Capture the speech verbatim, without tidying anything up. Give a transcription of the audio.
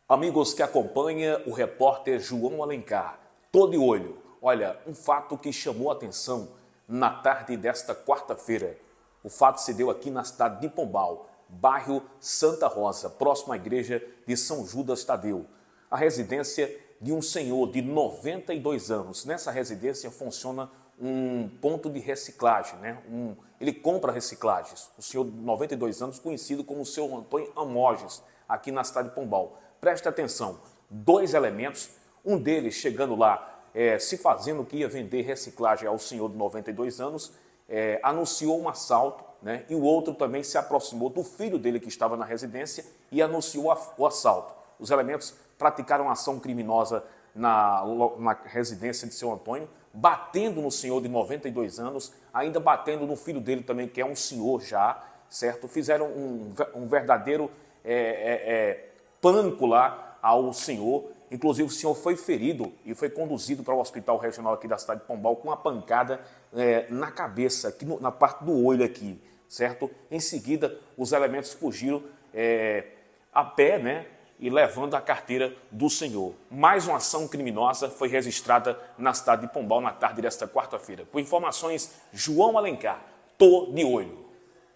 Amigos que acompanham o repórter João Alencar, tô de olho. Olha, um fato que chamou a atenção na tarde desta quarta-feira. O fato se deu aqui na cidade de Pombal, bairro Santa Rosa, próximo à igreja de São Judas Tadeu. A residência de um senhor de noventa e dois anos. Nessa residência funciona um ponto de reciclagem, né? Um, ele compra reciclagens. O senhor de noventa e dois anos, conhecido como o seu Antônio Amorges, aqui na cidade de Pombal. Preste atenção, dois elementos, um deles chegando lá, é, se fazendo que ia vender reciclagem ao senhor de noventa e dois anos, é, anunciou um assalto, né? E o outro também se aproximou do filho dele que estava na residência e anunciou a, o assalto. Os elementos praticaram ação criminosa na, na residência de seu Antônio, batendo no senhor de noventa e dois anos, ainda batendo no filho dele também, que é um senhor já, certo? Fizeram um, um verdadeiro é, é, é, pânico lá ao senhor. Inclusive o senhor foi ferido e foi conduzido para o hospital regional aqui da cidade de Pombal com uma pancada é, na cabeça, aqui no, na parte do olho aqui, certo? Em seguida, os elementos fugiram é, a pé, né? E levando a carteira do senhor. Mais uma ação criminosa foi registrada na cidade de Pombal na tarde desta quarta-feira. Com informações, João Alencar, tô de olho.